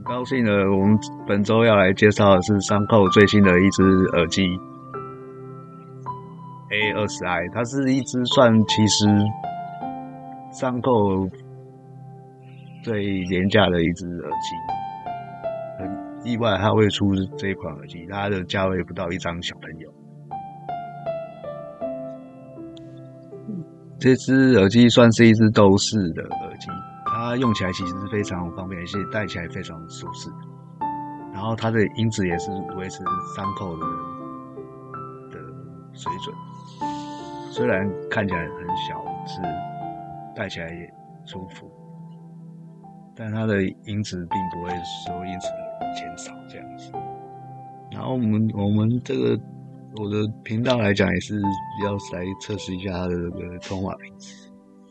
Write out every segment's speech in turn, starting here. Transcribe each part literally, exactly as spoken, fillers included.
高兴的，我们本周要来介绍的是三扣最新的一只耳机 A 二十 I， 它是一只算其实三扣最廉价的一只耳机，很意外它会出这一款耳机，它的价位不到一张小朋友。这只耳机算是一只斗式的耳机，它用起来其实是非常方便，而且戴起来非常舒适。然后它的音质也是维持三扣的的水准，虽然看起来很小，是戴起来也舒服，但它的音质并不会说因此减少这样子。然后我们我们这个我的频道来讲，也是要来测试一下它的这个通话品质。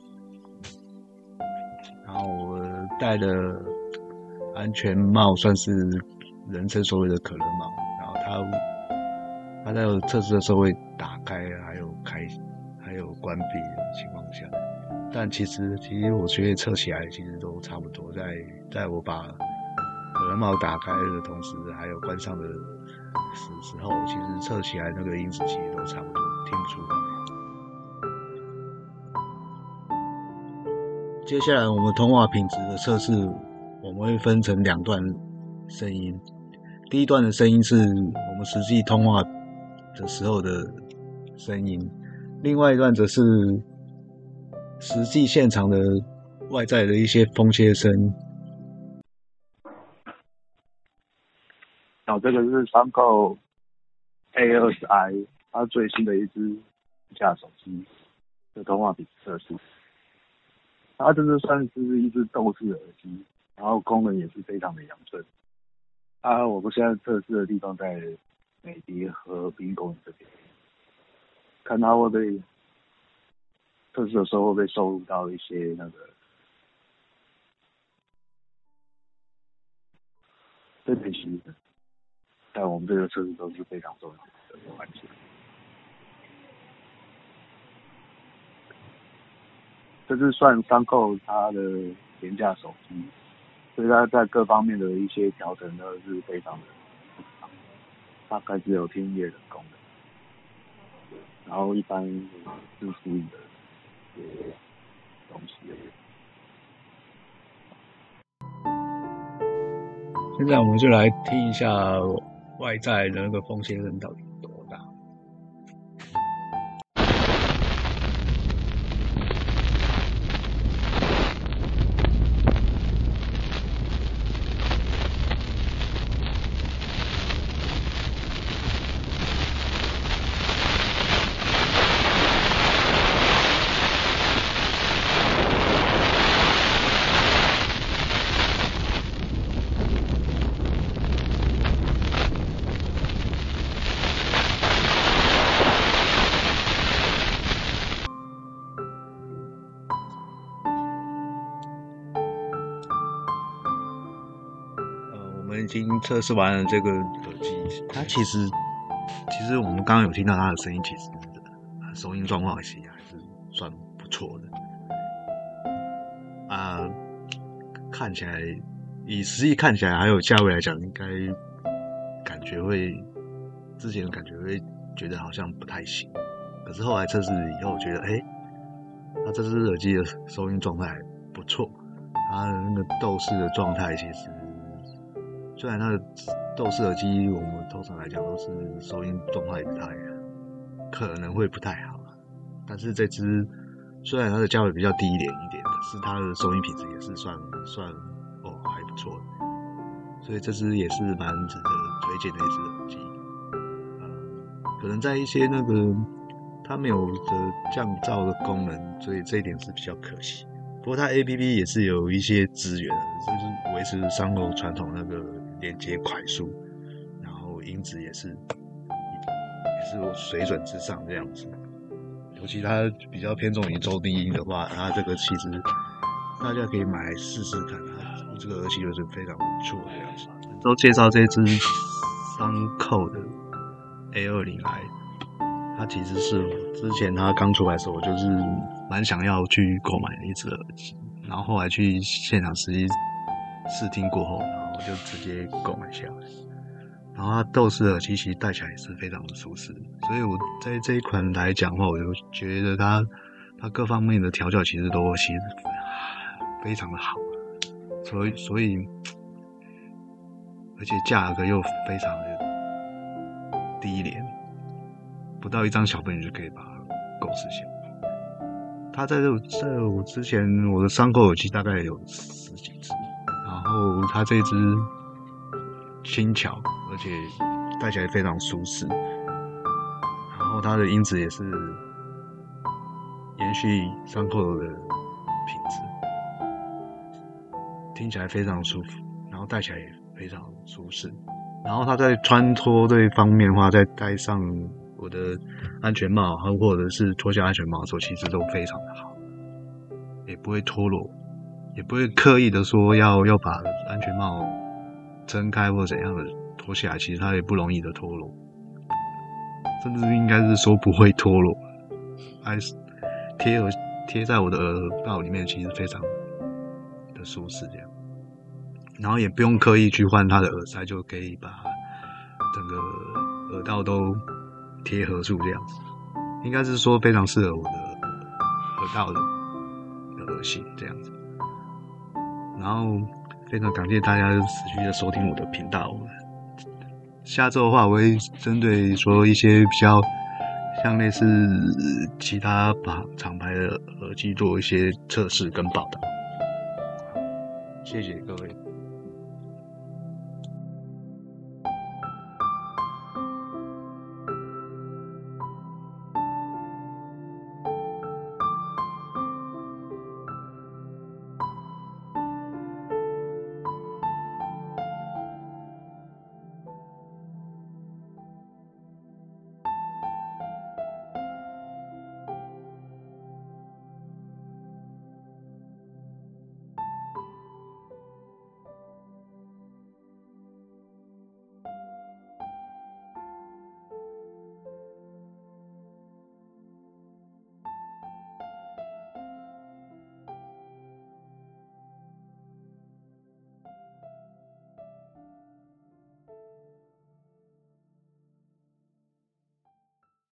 然后我戴的安全帽算是人称所谓的可乐帽，然后它它在测试的时候会打开，还有开，还有关闭的情况下，但其实其实我觉得测起来其实都差不多，在在我把可乐帽打开的同时，还有关上的时时候，其实测起来那个音质其实都差不多，听不出来。接下来我们通话品质的测试，我们会分成两段声音。第一段的声音是我们实际通话的时候的声音，另外一段则是实际现场的外在的一些风切声。 然后这个是三扣 A 二十 I， 它最新的一支价手机的通话品质测试。它这是算是一只斗式耳机，然后功能也是非常的阳春。啊，我们现在测试的地方在美的和平公园这边，看它会被测试的时候会不会收录到一些那个对比其实，在我们这个测试都是非常重要的环节。这是算三扣它的廉价手机，所以它在各方面的一些调整都是非常的正常，大概只有听音乐的功能，然后一般是辅以的一些东西而已。 现在我们就来听一下外在的那个风切声到底有多大。我们已经测试完了这个耳机，它其实其实我们刚刚有听到它的声音，其实收音状况其实还是算不错的啊、呃。看起来以实际看起来还有价位来讲，应该感觉会之前感觉会觉得好像不太行，可是后来测试以后觉得，哎、欸，它这只耳机的收音状态还不错，它的那个斗式的状态其实。虽然它的斗式耳机，我们通常来讲都是收音状态不太可能会不太好，但是这支虽然它的价位比较低廉一点，可是它的收音品质也是算算哦还不错的，所以这支也是蛮值得推荐的一支耳机。呃，可能在一些那个它没有的降噪的功能，所以这一点是比较可惜。不过它 A P P 也是有一些资源的，就是维持三扣传统那个连接快速，然后音质也是也是水准之上这样子。尤其它比较偏重于中低音的话，它这个其实大家可以买来试试看，它这个耳机就是非常不错的样子。本周介绍这支三扣的 A 二十 I， 它其实是之前它刚出来的时候，我就是蛮想要去购买的一只耳机，然后后来去现场实际试听过后，然后后就直接购买下来。然后它斗士耳机其实戴起来也是非常的舒适，所以我在这一款来讲的话，我就觉得它它各方面的调教其实都其实非常的好，所以所以而且价格又非常的低廉，不到一张小费你就可以把它购置下来。它在这在我之前我的伤口耳机大概有十几只，然后它这只轻巧，而且戴起来非常舒适，然后它的音质也是延续伤口的品质，听起来非常舒服，然后戴起来也非常舒适。然后它在穿脱这一方面的话，在戴上我的安全帽或者是脱下安全帽的时候，其实都非常的好，也不会脱落，也不会刻意的说要要把安全帽撑开或怎样的脱下来，其实它也不容易的脱落，甚至应该是说不会脱落，还是贴耳贴在我的耳道里面，其实非常的舒适这样。然后也不用刻意去换它的耳塞，就可以把整个耳道都贴合住这样子，应该是说非常适合我的耳道的耳型这样子。然后非常感谢大家持续的收听我的频道。下周的话，我会针对说一些比较像类似其他厂牌的耳机做一些测试跟报道。谢谢各位。